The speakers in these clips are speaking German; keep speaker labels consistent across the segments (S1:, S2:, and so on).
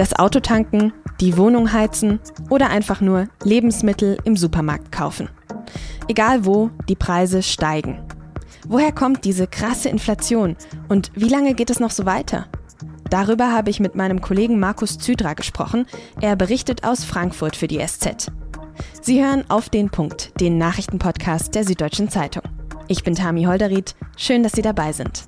S1: Das Auto tanken, die Wohnung heizen oder einfach nur Lebensmittel im Supermarkt kaufen. Egal wo, die Preise steigen. Woher kommt diese krasse Inflation und wie lange geht es noch so weiter? Darüber habe ich mit meinem Kollegen Markus Zydra gesprochen. Er berichtet aus Frankfurt für die SZ. Sie hören Auf den Punkt, den Nachrichtenpodcast der Süddeutschen Zeitung. Ich bin Tami Holderried. Schön, dass Sie dabei sind.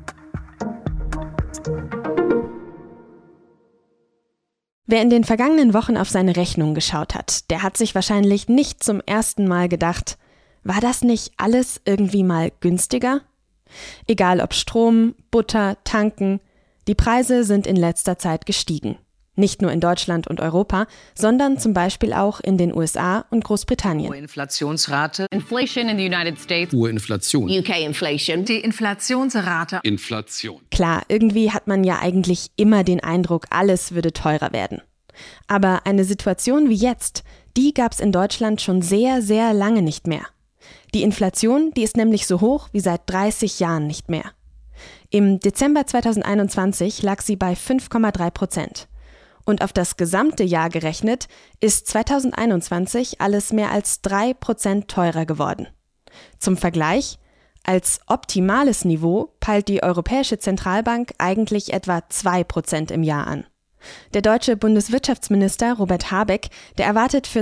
S1: Wer in den vergangenen Wochen auf seine Rechnung geschaut hat, der hat sich wahrscheinlich nicht zum ersten Mal gedacht, war das nicht alles irgendwie mal günstiger? Egal ob Strom, Butter, Tanken, die Preise sind in letzter Zeit gestiegen. Nicht nur in Deutschland und Europa, sondern zum Beispiel auch in den USA und Großbritannien.
S2: Hohe Inflationsrate.
S3: Inflation in the United States.
S4: Hohe Inflation.
S3: UK inflation.
S2: Die Inflationsrate.
S4: Inflation.
S1: Klar, irgendwie hat man ja eigentlich immer den Eindruck, alles würde teurer werden. Aber eine Situation wie jetzt, die gab es in Deutschland schon sehr, sehr lange nicht mehr. Die Inflation, die ist nämlich so hoch wie seit 30 Jahren nicht mehr. Im Dezember 2021 lag sie bei 5,3%. Und auf das gesamte Jahr gerechnet ist 2021 alles mehr als 3% teurer geworden. Zum Vergleich, als optimales Niveau peilt die Europäische Zentralbank eigentlich etwa 2% im Jahr an. Der deutsche Bundeswirtschaftsminister Robert Habeck, der erwartet für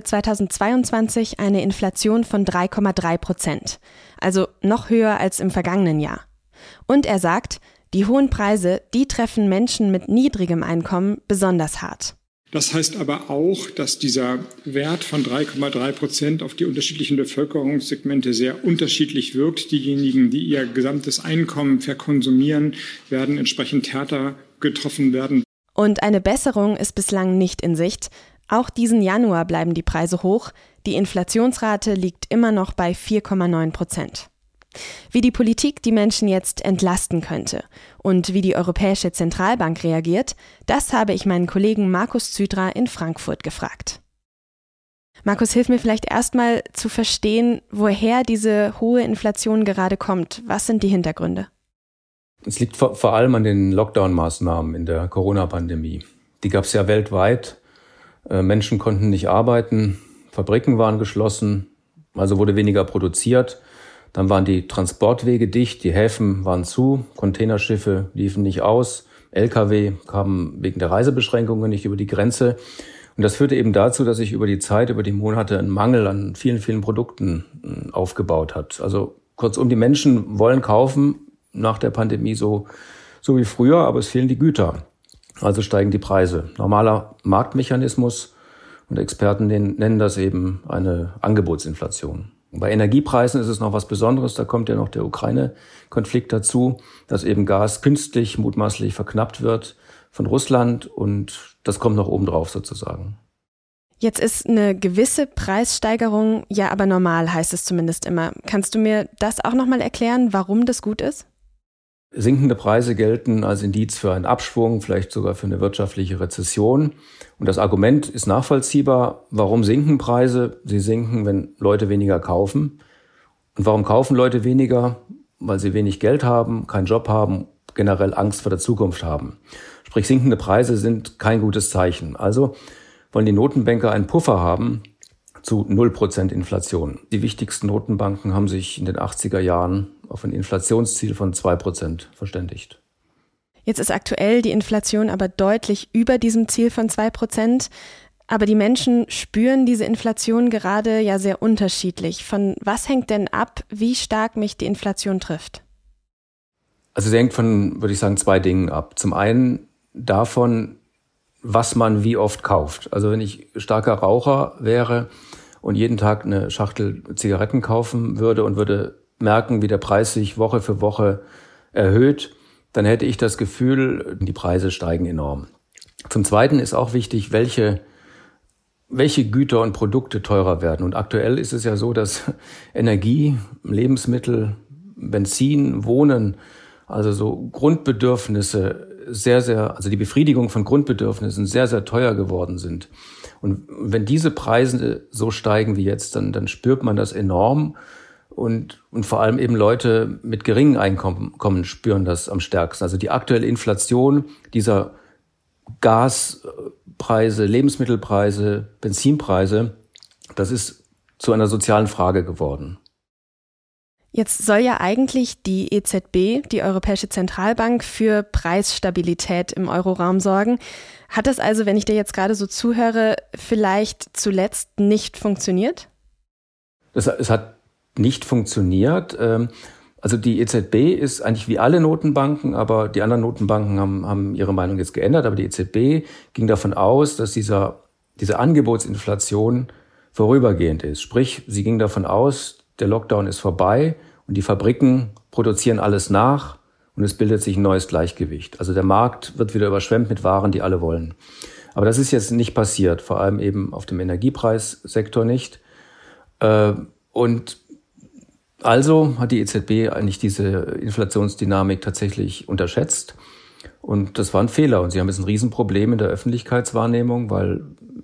S1: 2022 eine Inflation von 3,3%, also noch höher als im vergangenen Jahr. Und er sagt, die hohen Preise, die treffen Menschen mit niedrigem Einkommen besonders hart.
S5: Das heißt aber auch, dass dieser Wert von 3,3% auf die unterschiedlichen Bevölkerungssegmente sehr unterschiedlich wirkt. Diejenigen, die ihr gesamtes Einkommen verkonsumieren, werden entsprechend härter getroffen werden.
S1: Und eine Besserung ist bislang nicht in Sicht. Auch diesen Januar bleiben die Preise hoch. Die Inflationsrate liegt immer noch bei 4,9%. Wie die Politik die Menschen jetzt entlasten könnte und wie die Europäische Zentralbank reagiert, das habe ich meinen Kollegen Markus Zydra in Frankfurt gefragt. Markus, hilf mir vielleicht erstmal zu verstehen, woher diese hohe Inflation gerade kommt. Was sind die Hintergründe?
S6: Es liegt vor allem an den Lockdown-Maßnahmen in der Corona-Pandemie. Die gab es ja weltweit. Menschen konnten nicht arbeiten, Fabriken waren geschlossen, also wurde weniger produziert. Dann waren die Transportwege dicht, die Häfen waren zu, Containerschiffe liefen nicht aus, Lkw kamen wegen der Reisebeschränkungen nicht über die Grenze. Und das führte eben dazu, dass sich über die Zeit, über die Monate ein Mangel an vielen, vielen Produkten aufgebaut hat. Also kurzum, die Menschen wollen kaufen nach der Pandemie so wie früher, aber es fehlen die Güter. Also steigen die Preise. Normaler Marktmechanismus und Experten nennen das eben eine Angebotsinflation. Bei Energiepreisen ist es noch was Besonderes, da kommt ja noch der Ukraine-Konflikt dazu, dass eben Gas künstlich, mutmaßlich verknappt wird von Russland und das kommt noch oben drauf sozusagen.
S1: Jetzt ist eine gewisse Preissteigerung ja aber normal, heißt es zumindest immer. Kannst du mir das auch nochmal erklären, warum das gut ist?
S6: Sinkende Preise gelten als Indiz für einen Abschwung, vielleicht sogar für eine wirtschaftliche Rezession. Und das Argument ist nachvollziehbar. Warum sinken Preise? Sie sinken, wenn Leute weniger kaufen. Und warum kaufen Leute weniger? Weil sie wenig Geld haben, keinen Job haben, generell Angst vor der Zukunft haben. Sprich, sinkende Preise sind kein gutes Zeichen. Also wollen die Notenbanker einen Puffer haben zu 0% Inflation. Die wichtigsten Notenbanken haben sich in den 80er Jahren auf ein Inflationsziel von 2% verständigt.
S1: Jetzt ist aktuell die Inflation aber deutlich über diesem Ziel von 2%. Aber die Menschen spüren diese Inflation gerade ja sehr unterschiedlich. Von was hängt denn ab, wie stark mich die Inflation trifft?
S6: Also sie hängt von, würde ich sagen, zwei Dingen ab. Zum einen davon, was man wie oft kauft. Also wenn ich starker Raucher wäre und jeden Tag eine Schachtel Zigaretten kaufen würde und würde merken, wie der Preis sich Woche für Woche erhöht, dann hätte ich das Gefühl, die Preise steigen enorm. Zum Zweiten ist auch wichtig, welche Güter und Produkte teurer werden. Und aktuell ist es ja so, dass Energie, Lebensmittel, Benzin, Wohnen, also so Grundbedürfnisse also die Befriedigung von Grundbedürfnissen sehr, sehr teuer geworden sind. Und wenn diese Preise so steigen wie jetzt, dann spürt man das enorm. Und vor allem eben Leute mit geringem Einkommen spüren das am stärksten. Also die aktuelle Inflation, dieser Gaspreise, Lebensmittelpreise, Benzinpreise, das ist zu einer sozialen Frage geworden.
S1: Jetzt soll ja eigentlich die EZB, die Europäische Zentralbank, für Preisstabilität im Euroraum sorgen. Hat das also, wenn ich dir jetzt gerade so zuhöre, vielleicht zuletzt nicht funktioniert?
S6: Es hat nicht funktioniert. Also die EZB ist eigentlich wie alle Notenbanken, aber die anderen Notenbanken haben ihre Meinung jetzt geändert. Aber die EZB ging davon aus, dass diese Angebotsinflation vorübergehend ist. Sprich, sie ging davon aus, der Lockdown ist vorbei und die Fabriken produzieren alles nach und es bildet sich ein neues Gleichgewicht. Also der Markt wird wieder überschwemmt mit Waren, die alle wollen. Aber das ist jetzt nicht passiert, vor allem eben auf dem Energiepreissektor nicht. Und also hat die EZB eigentlich diese Inflationsdynamik tatsächlich unterschätzt. Und das war ein Fehler. Und sie haben jetzt ein Riesenproblem in der Öffentlichkeitswahrnehmung, weil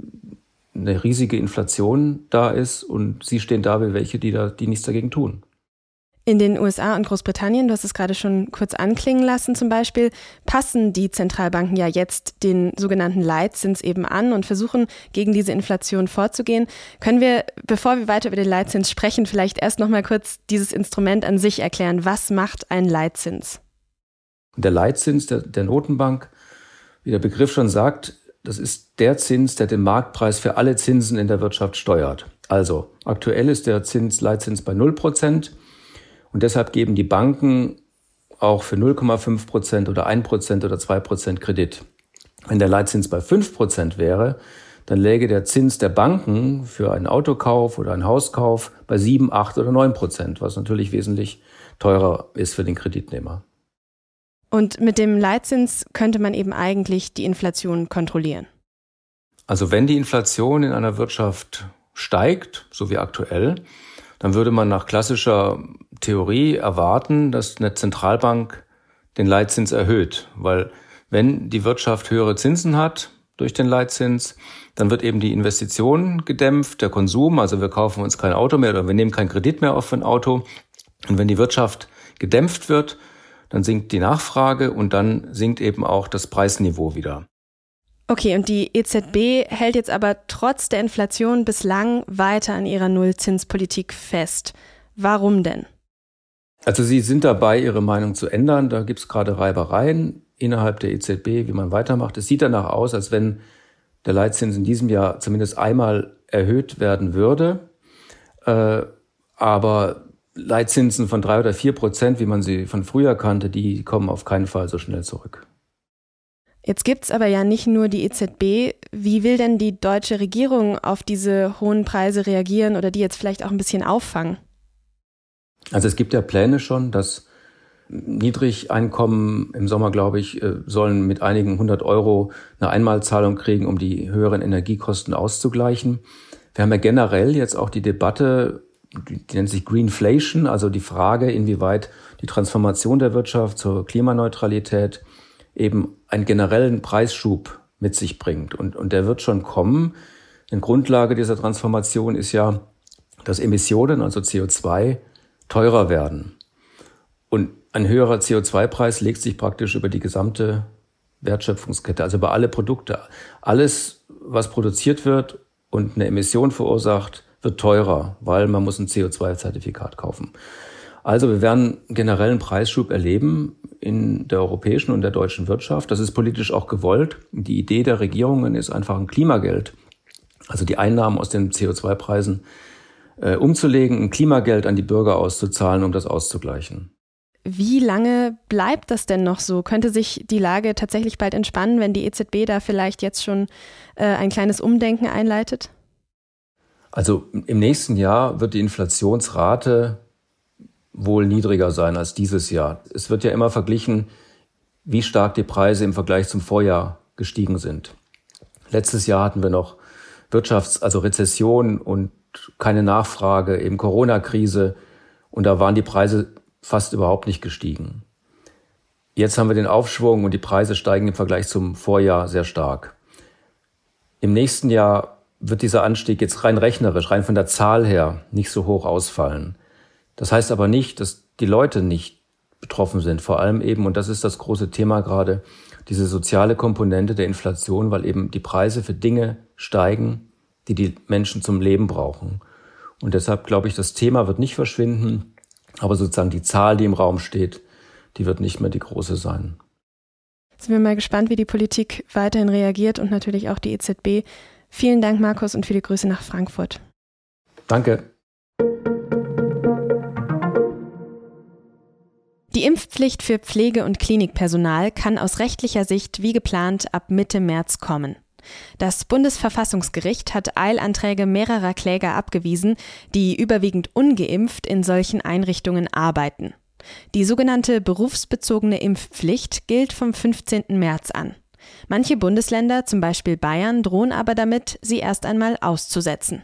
S6: eine riesige Inflation da ist und sie stehen da wie welche, die nichts dagegen tun.
S1: In den USA und Großbritannien, du hast es gerade schon kurz anklingen lassen zum Beispiel, passen die Zentralbanken ja jetzt den sogenannten Leitzins eben an und versuchen, gegen diese Inflation vorzugehen. Können wir, bevor wir weiter über den Leitzins sprechen, vielleicht erst noch mal kurz dieses Instrument an sich erklären? Was macht ein Leitzins?
S6: Der Leitzins der Notenbank, wie der Begriff schon sagt, das ist der Zins, der den Marktpreis für alle Zinsen in der Wirtschaft steuert. Also aktuell ist der Leitzins bei 0%. Und deshalb geben die Banken auch für 0,5% oder 1% oder 2% Kredit. Wenn der Leitzins bei 5% wäre, dann läge der Zins der Banken für einen Autokauf oder einen Hauskauf bei 7, 8 oder 9%, was natürlich wesentlich teurer ist für den Kreditnehmer.
S1: Und mit dem Leitzins könnte man eben eigentlich die Inflation kontrollieren.
S6: Also wenn die Inflation in einer Wirtschaft steigt, so wie aktuell, dann würde man nach klassischer Theorie erwarten, dass eine Zentralbank den Leitzins erhöht. Weil wenn die Wirtschaft höhere Zinsen hat durch den Leitzins, dann wird eben die Investition gedämpft, der Konsum, also wir kaufen uns kein Auto mehr oder wir nehmen keinen Kredit mehr auf für ein Auto. Und wenn die Wirtschaft gedämpft wird, dann sinkt die Nachfrage und dann sinkt eben auch das Preisniveau wieder.
S1: Okay, und die EZB hält jetzt aber trotz der Inflation bislang weiter an ihrer Nullzinspolitik fest. Warum denn?
S6: Also sie sind dabei, ihre Meinung zu ändern. Da gibt es gerade Reibereien innerhalb der EZB, wie man weitermacht. Es sieht danach aus, als wenn der Leitzins in diesem Jahr zumindest einmal erhöht werden würde. Aber Leitzinsen von 3 oder 4%, wie man sie von früher kannte, die kommen auf keinen Fall so schnell zurück.
S1: Jetzt gibt's aber ja nicht nur die EZB. Wie will denn die deutsche Regierung auf diese hohen Preise reagieren oder die jetzt vielleicht auch ein bisschen auffangen?
S6: Also es gibt ja Pläne schon, dass Niedrigeinkommen im Sommer, glaube ich, sollen mit einigen 100 € eine Einmalzahlung kriegen, um die höheren Energiekosten auszugleichen. Wir haben ja generell jetzt auch die Debatte, die nennt sich Greenflation, also die Frage, inwieweit die Transformation der Wirtschaft zur Klimaneutralität eben einen generellen Preisschub mit sich bringt. Und der wird schon kommen. Denn Grundlage dieser Transformation ist ja, dass Emissionen, also CO2, teurer werden. Und ein höherer CO2-Preis legt sich praktisch über die gesamte Wertschöpfungskette, also über alle Produkte. Alles, was produziert wird und eine Emission verursacht, wird teurer, weil man muss ein CO2-Zertifikat kaufen. Also wir werden generell einen Preisschub erleben in der europäischen und der deutschen Wirtschaft. Das ist politisch auch gewollt. Die Idee der Regierungen ist einfach ein Klimageld, also die Einnahmen aus den CO2-Preisen umzulegen, ein Klimageld an die Bürger auszuzahlen, um das auszugleichen.
S1: Wie lange bleibt das denn noch so? Könnte sich die Lage tatsächlich bald entspannen, wenn die EZB da vielleicht jetzt schon ein kleines Umdenken einleitet?
S6: Also im nächsten Jahr wird die Inflationsrate wohl niedriger sein als dieses Jahr. Es wird ja immer verglichen, wie stark die Preise im Vergleich zum Vorjahr gestiegen sind. Letztes Jahr hatten wir noch Rezession und keine Nachfrage, eben Corona-Krise und da waren die Preise fast überhaupt nicht gestiegen. Jetzt haben wir den Aufschwung und die Preise steigen im Vergleich zum Vorjahr sehr stark. Im nächsten Jahr wird dieser Anstieg jetzt rein rechnerisch, rein von der Zahl her nicht so hoch ausfallen. Das heißt aber nicht, dass die Leute nicht betroffen sind. Vor allem eben, und das ist das große Thema gerade, diese soziale Komponente der Inflation, weil eben die Preise für Dinge steigen, die die Menschen zum Leben brauchen. Und deshalb glaube ich, das Thema wird nicht verschwinden, aber sozusagen die Zahl, die im Raum steht, die wird nicht mehr die große sein.
S1: Sind wir mal gespannt, wie die Politik weiterhin reagiert und natürlich auch die EZB. Vielen Dank, Markus, und viele Grüße nach Frankfurt.
S6: Danke.
S1: Die Impfpflicht für Pflege- und Klinikpersonal kann aus rechtlicher Sicht wie geplant ab Mitte März kommen. Das Bundesverfassungsgericht hat Eilanträge mehrerer Kläger abgewiesen, die überwiegend ungeimpft in solchen Einrichtungen arbeiten. Die sogenannte berufsbezogene Impfpflicht gilt vom 15. März an. Manche Bundesländer, zum Beispiel Bayern, drohen aber damit, sie erst einmal auszusetzen.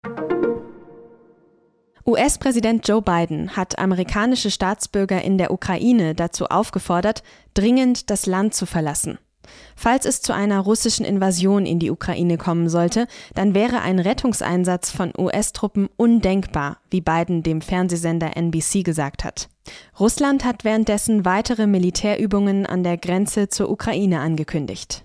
S1: US-Präsident Joe Biden hat amerikanische Staatsbürger in der Ukraine dazu aufgefordert, dringend das Land zu verlassen. Falls es zu einer russischen Invasion in die Ukraine kommen sollte, dann wäre ein Rettungseinsatz von US-Truppen undenkbar, wie Biden dem Fernsehsender NBC gesagt hat. Russland hat währenddessen weitere Militärübungen an der Grenze zur Ukraine angekündigt.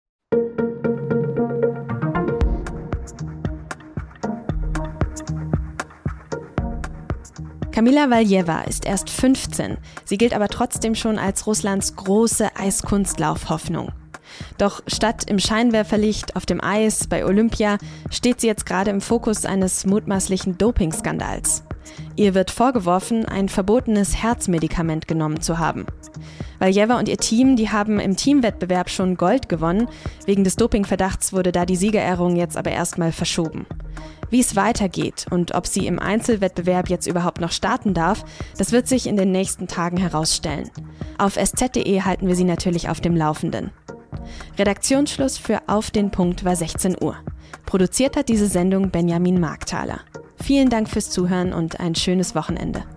S1: Kamila Valieva ist erst 15, sie gilt aber trotzdem schon als Russlands große Eiskunstlauf-Hoffnung. Doch statt im Scheinwerferlicht auf dem Eis bei Olympia steht sie jetzt gerade im Fokus eines mutmaßlichen Dopingskandals. Ihr wird vorgeworfen, ein verbotenes Herzmedikament genommen zu haben. Valieva und ihr Team, die haben im Teamwettbewerb schon Gold gewonnen. Wegen des Dopingverdachts wurde da die Siegerehrung jetzt aber erstmal verschoben. Wie es weitergeht und ob sie im Einzelwettbewerb jetzt überhaupt noch starten darf, das wird sich in den nächsten Tagen herausstellen. Auf sz.de halten wir Sie natürlich auf dem Laufenden. Redaktionsschluss für Auf den Punkt war 16 Uhr. Produziert hat diese Sendung Benjamin Markthaler. Vielen Dank fürs Zuhören und ein schönes Wochenende.